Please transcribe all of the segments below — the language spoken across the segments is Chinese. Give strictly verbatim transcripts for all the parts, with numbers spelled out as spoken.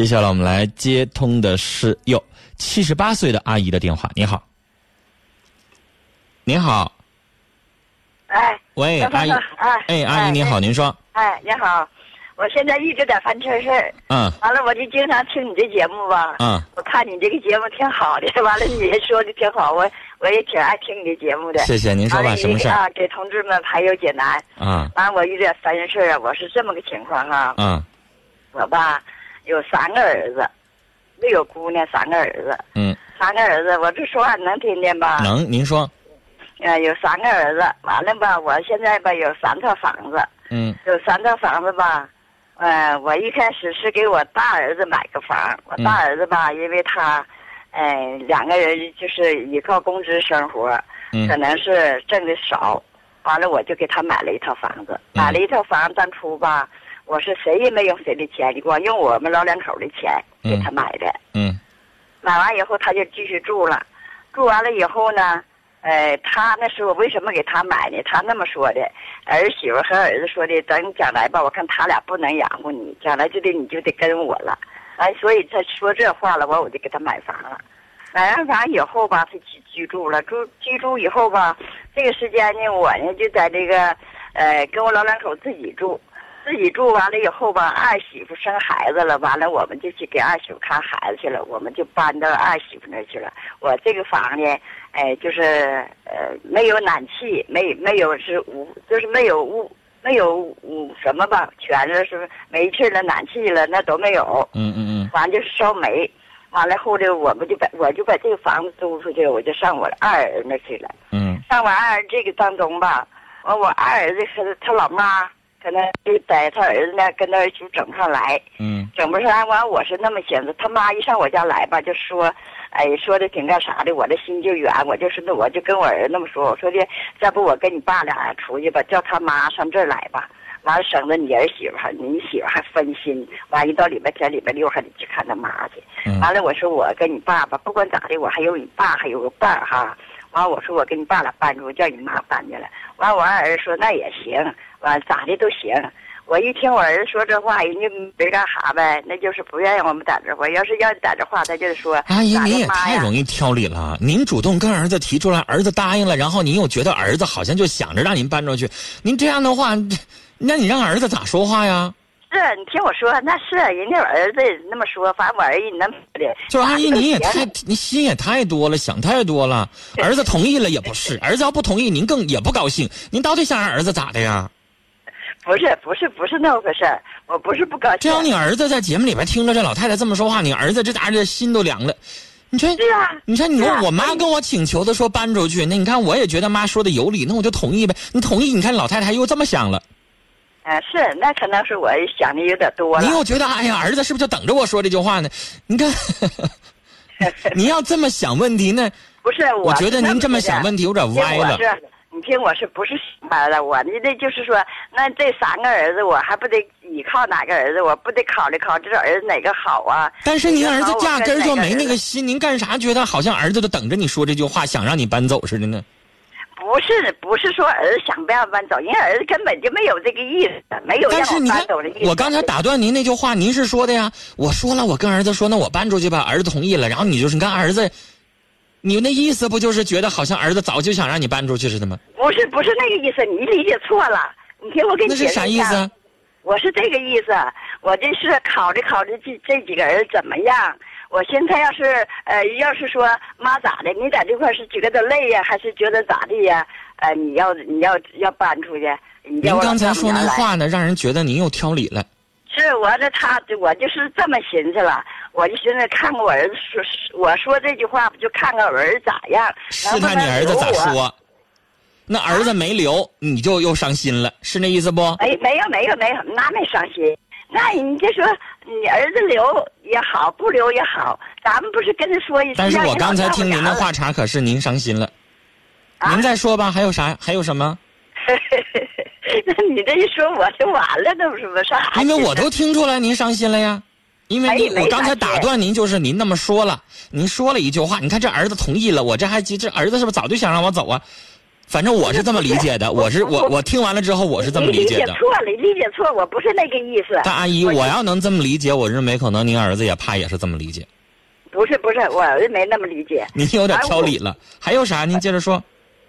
接下来我们来接通的是哟七十八岁的阿姨的电话。你好，您好， 哎， 喂，阿姨， 哎， 哎，阿姨您好，您说， 哎，你好，我现在一直在烦这事儿， 嗯， 完了我就经常听你这节目吧， 嗯， 我看你这个节目挺好的，完了你也说的挺好，我我也挺爱听你的节目的， 谢谢，您说吧，什么事儿啊？给同志们排忧解难， 嗯， 完了我遇点烦人事儿啊，我是这么个情况哈， 嗯， 我吧有三个儿子，六个姑娘，三个儿子， 嗯， 三个儿子，我这说话你能听见吧？ 能，您说， 呃，有三个儿子，完了吧，我现在吧有三套房子， 嗯， 有三套房子吧，呃，我一开始是给我大儿子买个房，我大儿子吧，因为他，呃，两个人就是依靠工资生活， 嗯可能是挣的少，完了我就给他买了一套房子，买了一套房，当初吧，我是谁也没用谁的钱，你光用我们老两口的钱给他买的， 嗯， 买完以后他就继续住了，住完了以后呢。呃，他那时候为什么给他买呢？他那么说的，儿媳妇和儿子说的，等将来吧，我看他俩不能养活你，将来就得你就得跟我了，哎，所以他说这话了，我我就给他买房了。买完房以后吧，他居居住了，住居住以后吧，这个时间呢，我呢就在这个，呃，跟我老两口自己住。自己住完了以后吧，二媳妇生孩子了，完了我们就去给二媳妇看孩子去了，我们就搬到二媳妇那儿去了。我这个房呢，哎，就是呃没有暖气，没没有是无，就是没有屋，没有屋什么吧，全是是煤气了、暖气了，那都没有。 嗯嗯嗯。 完就是烧煤，完了后来我们就把我就把这个房子租出去，我就上我二儿子那去了。 嗯。 上我二儿子这个当中吧，完我二儿子和他老妈。可能就在他儿子那跟那就整不上来， 嗯， 整不上来完，我是那么寻思，他妈一上我家来吧，就说，哎，说的挺干啥的，我的心就远，我就是那我就跟我儿子那么说，我说的，再不我跟你爸俩出去吧，叫他妈上这儿来吧，完了省得你儿媳妇还你媳妇还分心，完一到礼拜天、礼拜六还得去看他妈去， 嗯、 完了我说我跟你爸爸不管咋的，我还有你爸还有个伴儿哈。完，我说我跟你爸俩搬出，叫你妈搬去了。完，我二儿子说那也行，完咋的都行。我一听我儿子说这话，人家没干啥呗，那就是不愿意我们在这话。要是要在这话，他就是说。 阿姨，您也太容易挑理了。您主动跟儿子提出来，儿子答应了，然后您又觉得儿子好像就想着让您搬出去，您这样的话，那你让儿子咋说话呀？ 是你听我说，那是人家儿子那么说，反正我儿子那么的。 就是阿姨，你也太你心也太多了，想太多了。儿子同意了也不是，儿子要不同意，您更也不高兴。您到底想让儿子咋的呀？ 不是不是不是那么回事，我不是不高兴。 这要你儿子在节目里边听着这老太太这么说话，你儿子这家这心都凉了。你说是啊， 你说你说我妈跟我请求的说搬出去，那你看我也觉得妈说的有理，那我就同意呗。你同意，你看老太太又这么想了。 啊，是，那可能是我想的有点多了。 你又觉得，哎呀，儿子是不是就等着我说这句话呢？你看，你要这么想问题呢？ 不是， 我觉得您这么想问题有点歪了。 是，你听我是不是歪了？我的那就是说，那这三个儿子，我还不得依靠哪个儿子？我不得考虑考虑这儿子哪个好啊？ 但是您儿子压根儿就没那个心，您干啥觉得好像儿子都等着你说这句话，想让你搬走似的呢？ 不是，不是说儿子想不要搬走，因为儿子根本就没有这个意思，没有让我搬走的意思。 我刚才打断您那句话，您是说的呀？我说了，我跟儿子说，那我搬出去吧，儿子同意了。然后你就是，你看儿子，你那意思不就是觉得好像儿子早就想让你搬出去似的吗？ 不是，不是那个意思，你理解错了。你听我跟你解释一下。那是啥意思？ 我是这个意思，我这是考虑考虑这这几个人怎么样。我现在要是呃，要是说妈咋的，你在这块是觉得累呀，还是觉得咋的呀？呃，你要你要要搬出去，你您刚才说那话呢，让人觉得您又挑理了。 是我这他，我就是这么寻思了，我就寻思看看我儿子说，我说这句话不就看看我儿子咋样？ 试探你儿子咋说？那儿子没留，你就又伤心了，是那意思不？ 哎，没有没有没有，那没伤心。那你就说你儿子留也好，不留也好，咱们不是跟他说一声。 但是我刚才听您的话茬，可是您伤心了。啊、您再说吧，还有啥？还有什么？ 那你这一说我就完了，那不是不啥？ 因为我都听出来您伤心了呀。因为您我刚才打断您，就是您那么说了，您说了一句话，你看这儿子同意了，我这还这儿子是不是早就想让我走啊？ 反正我是这么理解的，我是我我听完了之后我是这么理解的。 你理解错了，理解错，我不是那个意思。 但阿姨，我要能这么理解，我认为可能您儿子也怕也是这么理解。 不是不是，我儿子没那么理解。 您有点挑理了，还有啥？您接着说。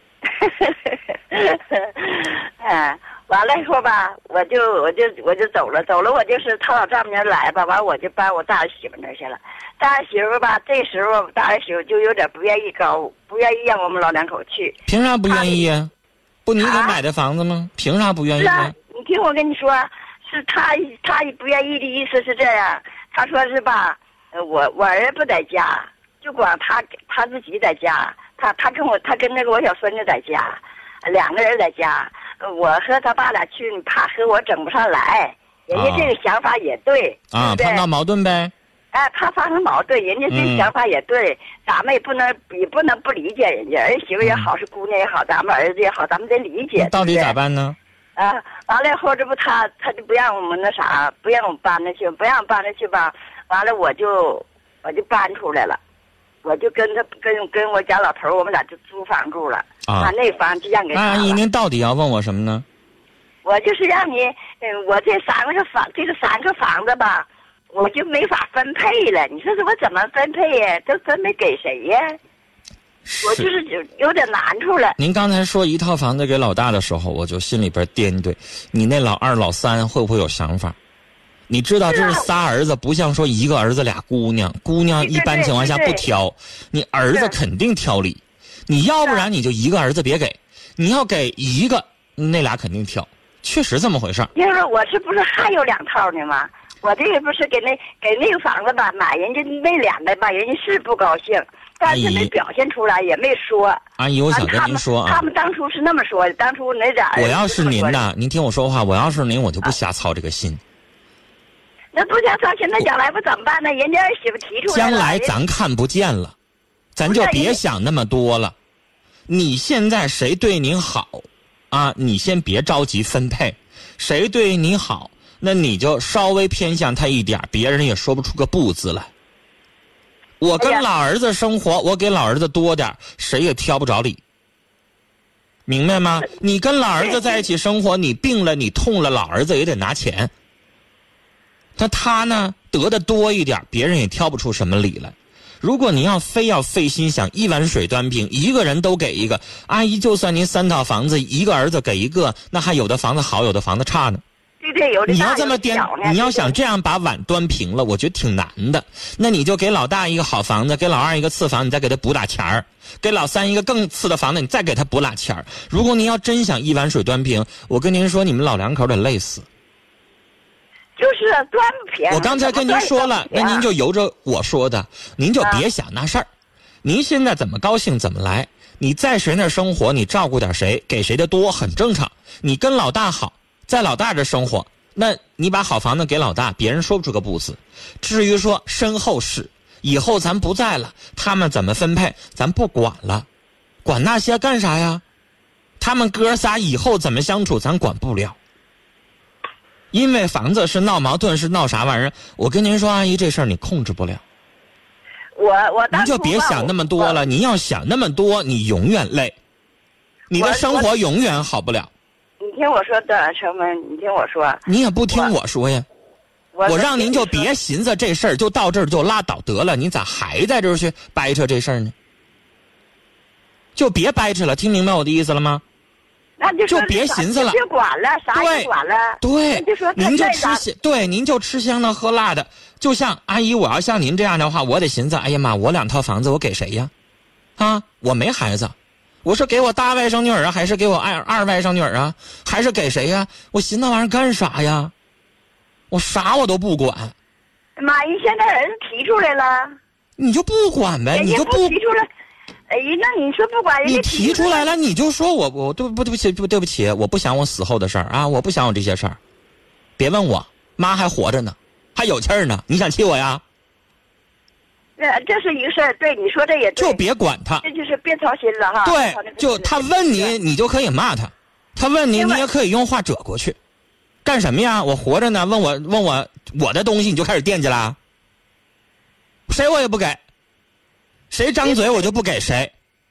嗯，完了以后吧，我就我就我就走了，走了，我就是他老丈母娘来吧，完我就搬我大儿媳妇那儿去了。大儿媳妇吧，这时候大儿媳妇就有点不愿意高，不愿意让我们老两口去。 凭啥不愿意呀？不你给买的房子吗？凭啥不愿意呢？ 你听我跟你说，是他他不愿意的意思是这样，他说是吧，我我儿子不在家，就光他他自己在家，他他跟我他跟那个我小孙子在家，两个人在家，我和他爸俩去，怕和我整不上来，人家这个想法也对， 啊， 对不对？ 怕闹矛盾呗。 哎，怕发生矛盾，人家这个想法也对，嗯、咱们也不能也不能不理解人家，儿媳妇也好，是姑娘也好，咱们儿子也好，咱们得理解。 到底咋办呢？ 啊，完了以后，这不他他就不让我们那啥，不让我们搬着去，不让搬着去吧。完了，我就我就搬出来了，我就跟他跟跟我家老头儿，我们俩就租房住了。 啊， 把那房就让给他了。 阿姨，您到底要问我什么呢？ 我就是让你，嗯，我这三个房，这个三个房子吧。我就没法分配了，你说说我怎么分配呀？都分配给谁呀？我就是有有点难处了。 您刚才说一套房子给老大的时候，我就心里边掂对，你那老二老三会不会有想法？你知道这是仨儿子，不像说一个儿子俩姑娘，姑娘一般情况下不挑，你儿子肯定挑理。你要不然你就一个儿子别给，你要给一个，那俩肯定挑，确实这么回事。 因为我是不是还有两套呢吗？我这个不是给那给那个房子吧，买人家那两个吧，人家是不高兴，但是没表现出来，也没说。 阿姨，我想跟您说啊， 他们当初是那么说的，当初那俩人。 我要是您呐，您听我说话，我要是您，我就不瞎操这个心。 那不瞎操心，那将来不怎么办呢？人家儿媳妇提出来了。 将来咱看不见了，咱就别想那么多了。你现在谁对您好，啊，你先别着急分配，谁对你好。那你就稍微偏向他一点，别人也说不出个不字来。我跟老儿子生活，我给老儿子多点，谁也挑不着理，明白吗？你跟老儿子在一起生活，你病了，你痛了，老儿子也得拿钱。那他呢，得的多一点，别人也挑不出什么理来。如果您要非要费心想一碗水端平，一个人都给一个，阿姨，就算您三套房子，一个儿子给一个，那还有的房子好，有的房子差呢。 对对，有的你要这么颠，你要想这样把碗端平了，我觉得挺难的。那你就给老大一个好房子，给老二一个次房，你再给他补打钱儿；给老三一个更次的房子，你再给他补打钱儿。如果您要真想一碗水端平，我跟您说，你们老两口得累死。 就是端不平。 我刚才跟您说了，那您就由着我说的，您就别想那事儿。您现在怎么高兴怎么来。你在谁那生活，你照顾点谁，给谁的多很正常。你跟老大好。在老大这生活，那你把好房子给老大，别人说不出个不字。至于说身后事，以后咱不在了，他们怎么分配，咱不管了，管那些干啥呀？他们哥仨以后怎么相处，咱管不了。因为房子是闹矛盾，是闹啥玩意儿？我跟您说，阿姨，这事儿你控制不了。 我我您就别想那么多了，您要想那么多，你永远累，你的生活永远好不了。 你听我说，段成文，你听我说。 你也不听我说呀。我, 我让您就别寻思这事儿，就到这儿就拉倒得了。您咋还在这儿去掰扯这事儿呢？就别掰扯了，听明白我的意思了吗？ 那就就别寻思了， 别管了，啥也管了。 对， 就说您就吃香，对，您就吃香的喝辣的。就像阿姨，我要像您这样的话，我得寻思，哎呀妈，我两套房子我给谁呀？啊，我没孩子。我是给我大外甥女儿啊，还是给我二二外甥女儿啊，还是给谁呀？我寻那玩意儿干啥呀？我啥我都不管。 妈，人现在儿子提出来了， 你就不管呗，你就不提出来。哎，那你说不管人家你提出来了，你就说我我对不对不起不对不起，我不想我死后的事儿啊，我不想我这些事儿。别问我，妈还活着呢，还有气儿呢，你想气我呀？ 这是一个事儿，对你说这也对， 就别管他， 这就是别操心了哈。 对，就他问你，你就可以骂他；他问你，你也可以用话遮过去。干什么呀？我活着呢，问我问我我的东西，你就开始惦记啦？谁我也不给，谁张嘴我就不给谁。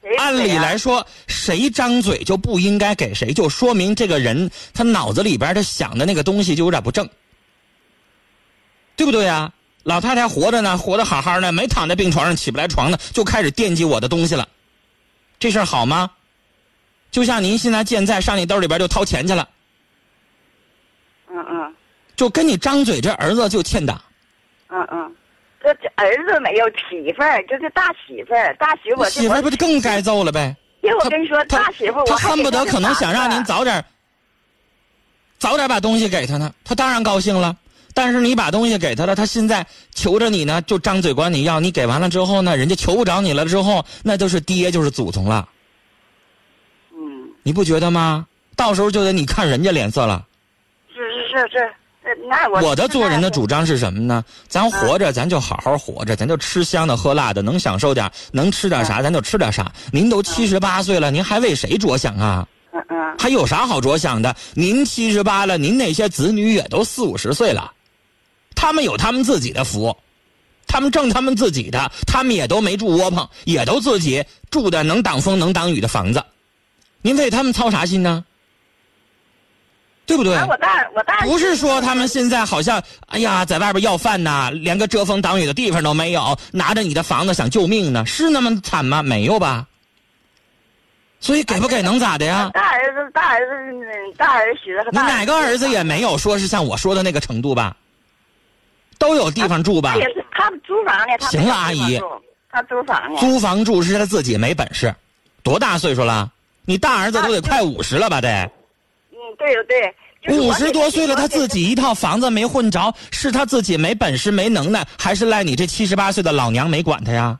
按理来说，谁张嘴就不应该给谁，就说明这个人他脑子里边他想的那个东西就有点不正，对不对呀？老太太活着呢，活得好好的，没躺在病床上起不来床呢，就开始惦记我的东西了，这事儿好吗？就像您现在健在上你兜里边就掏钱去了， 嗯嗯， 就跟你张嘴，这儿子就欠打。 嗯嗯，这这儿子没有媳妇儿，就是大媳妇儿，大媳妇儿媳妇儿不就更该揍了呗？ 因为我跟你说，大媳妇儿他恨不得可能想让您早点早点把东西给他呢，他当然高兴了。但是你把东西给他了，他现在求着你呢，就张嘴管你要，你给完了之后呢，人家求不着你了之后，那就是爹就是祖宗了。 嗯， 你不觉得吗？到时候就得你看人家脸色了。 是是是是。那我我的做人的主张是什么呢？咱活着，咱就好好活着，咱就吃香的喝辣的，能享受点，能吃点啥，咱就吃点啥。您都七十八岁了，您还为谁着想啊？ 嗯嗯， 还有啥好着想的？您七十八了，您那些子女也都四五十岁了，他们有他们自己的福，他们挣他们自己的，他们也都没住窝棚，也都自己住的能挡风能挡雨的房子，您为他们操啥心呢？对不对？ 我大我大不是说他们现在好像哎呀在外边要饭呐，连个遮风挡雨的地方都没有，拿着你的房子想救命呢，是那么惨吗？没有吧？所以给不给能咋的呀？ 大儿子大儿子大儿媳妇， 你哪个儿子也没有说是像我说的那个程度吧？都有地方住吧？ 他也是他租房呢。 行了，阿姨， 他租房呢。 租房住是他自己没本事，多大岁数了？你大儿子都得快五十了吧？得。 嗯，对对。 五十多岁了，他自己一套房子没混着，是他自己没本事没能耐，还是赖你这七十八岁的老娘没管他呀？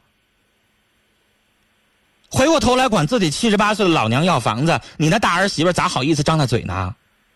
回过头来管自己七十八岁的老娘要房子，你那大儿媳妇咋好意思张大嘴呢？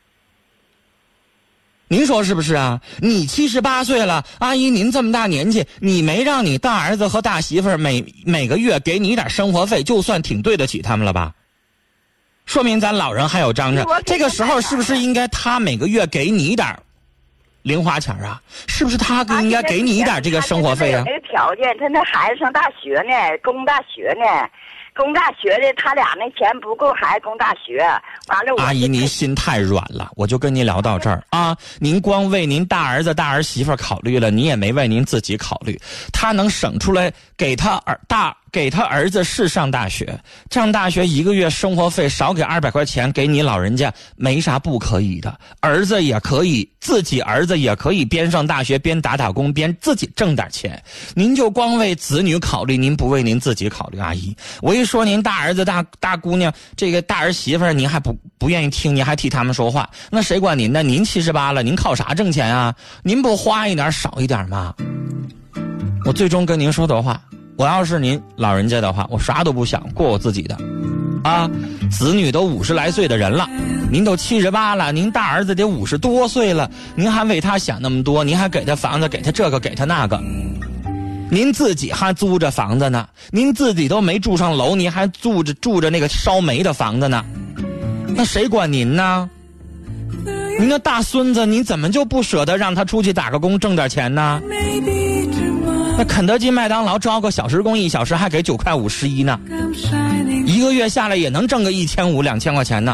您说是不是啊？你七十八岁了，阿姨您这么大年纪，你没让你大儿子和大媳妇每每个月给你一点生活费，就算挺对得起他们了吧？说明咱老人还有张着，这个时候是不是应该他每个月给你一点零花钱啊？是不是他应该给你一点这个生活费啊？ 没有条件，他那孩子上大学呢，供大学呢，供大学的，他俩那钱不够，孩子供大学。完了， 阿姨您心太软了，我就跟您聊到这儿啊。您光为您大儿子大儿媳妇考虑了，你也没为您自己考虑。他能省出来给他儿大。给他儿子是上大学，上大学一个月生活费少给二百块钱，给你老人家没啥不可以的。儿子也可以，自己儿子也可以边上大学边打打工边自己挣点钱。您就光为子女考虑，您不为您自己考虑，阿姨。我一说您大儿子大大姑娘这个大儿媳妇，您还不不愿意听，您还替他们说话，那谁管您呢？您七十八了，您靠啥挣钱啊？您不花一点少一点吗？我最终跟您说的话。我要是您老人家的话，我啥都不想，过我自己的，啊，子女都五十来岁的人了，您都七十八了，您大儿子得五十多岁了，您还为他想那么多，您还给他房子，给他这个，给他那个，您自己还租着房子呢，您自己都没住上楼，您还住着住着那个烧煤的房子呢，那谁管您呢？您那大孙子，您怎么就不舍得让他出去打个工挣点钱呢？那肯德基麦当劳招个小时工，一小时还给九块五十一呢，一个月下来也能挣个一千五两千块钱呢。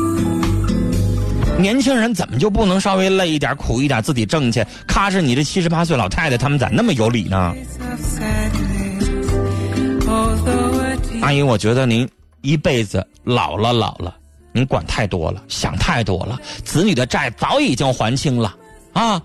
年轻人怎么就不能稍微累一点苦一点自己挣去？咔是你这七十八岁老太太他们咋那么有理呢？阿姨，我觉得您一辈子老了老了，您管太多了，想太多了，子女的债早已经还清了啊，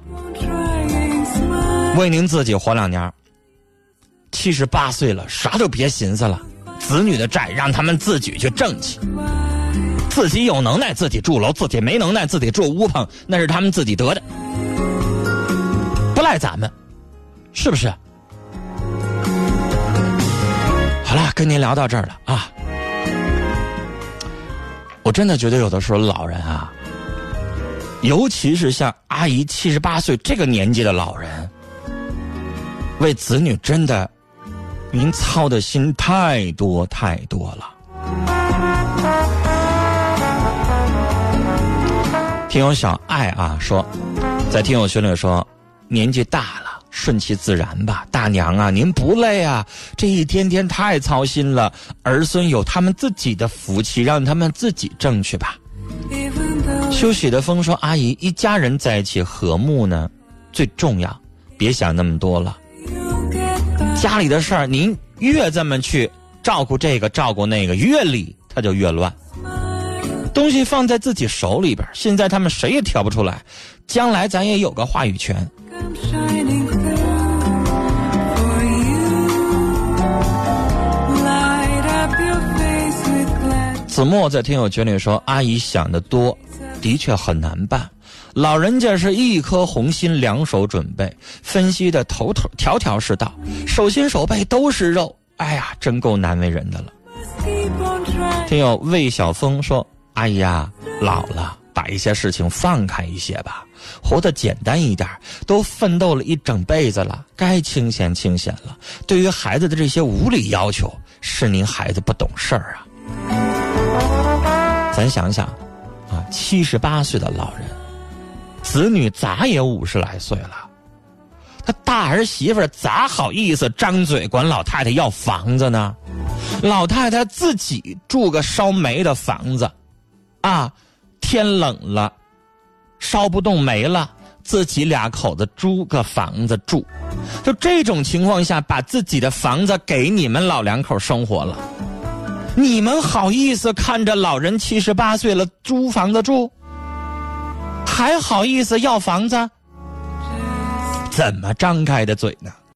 为您自己活两年。七十八岁了，啥都别寻思了，子女的债让他们自己去挣去，自己有能耐自己住楼，自己没能耐自己住屋棚，那是他们自己得的，不赖咱们，是不是？好了，跟您聊到这儿了啊。我真的觉得有的时候老人啊，尤其是像阿姨七十八岁这个年纪的老人，为子女真的您操的心太多太多了。听友小爱啊说，在听友群里说，年纪大了， 顺其自然吧。大娘啊，您不累啊？这一天天太操心了，儿孙有他们自己的福气，让他们自己挣去吧。休息的风说，阿姨，一家人在一起和睦呢最重要，别想那么多了。家里的事儿您越这么去照顾这个照顾那个，越理它就越乱。东西放在自己手里边，现在他们谁也挑不出来，将来咱也有个话语权。子墨在听友群里说，阿姨想得多，的确很难办。老人家是一颗红心两手准备，分析的头头条条是道，手心手背都是肉，哎呀，真够难为人的了。听友魏晓峰说，阿姨啊，老了，把一些事情放开一些吧，活得简单一点，都奋斗了一整辈子了，该清闲清闲了。对于孩子的这些无理要求，是您孩子不懂事儿啊。咱想想啊，七十八岁的老人，子女咋也五十来岁了，他大儿媳妇咋好意思张嘴管老太太要房子呢？老太太自己住个烧煤的房子啊，天冷了烧不动煤了，自己俩口子租个房子住，就这种情况下把自己的房子给你们老两口生活了，你们好意思看着老人七十八岁了租房子住，还好意思要房子？怎么张开的嘴呢？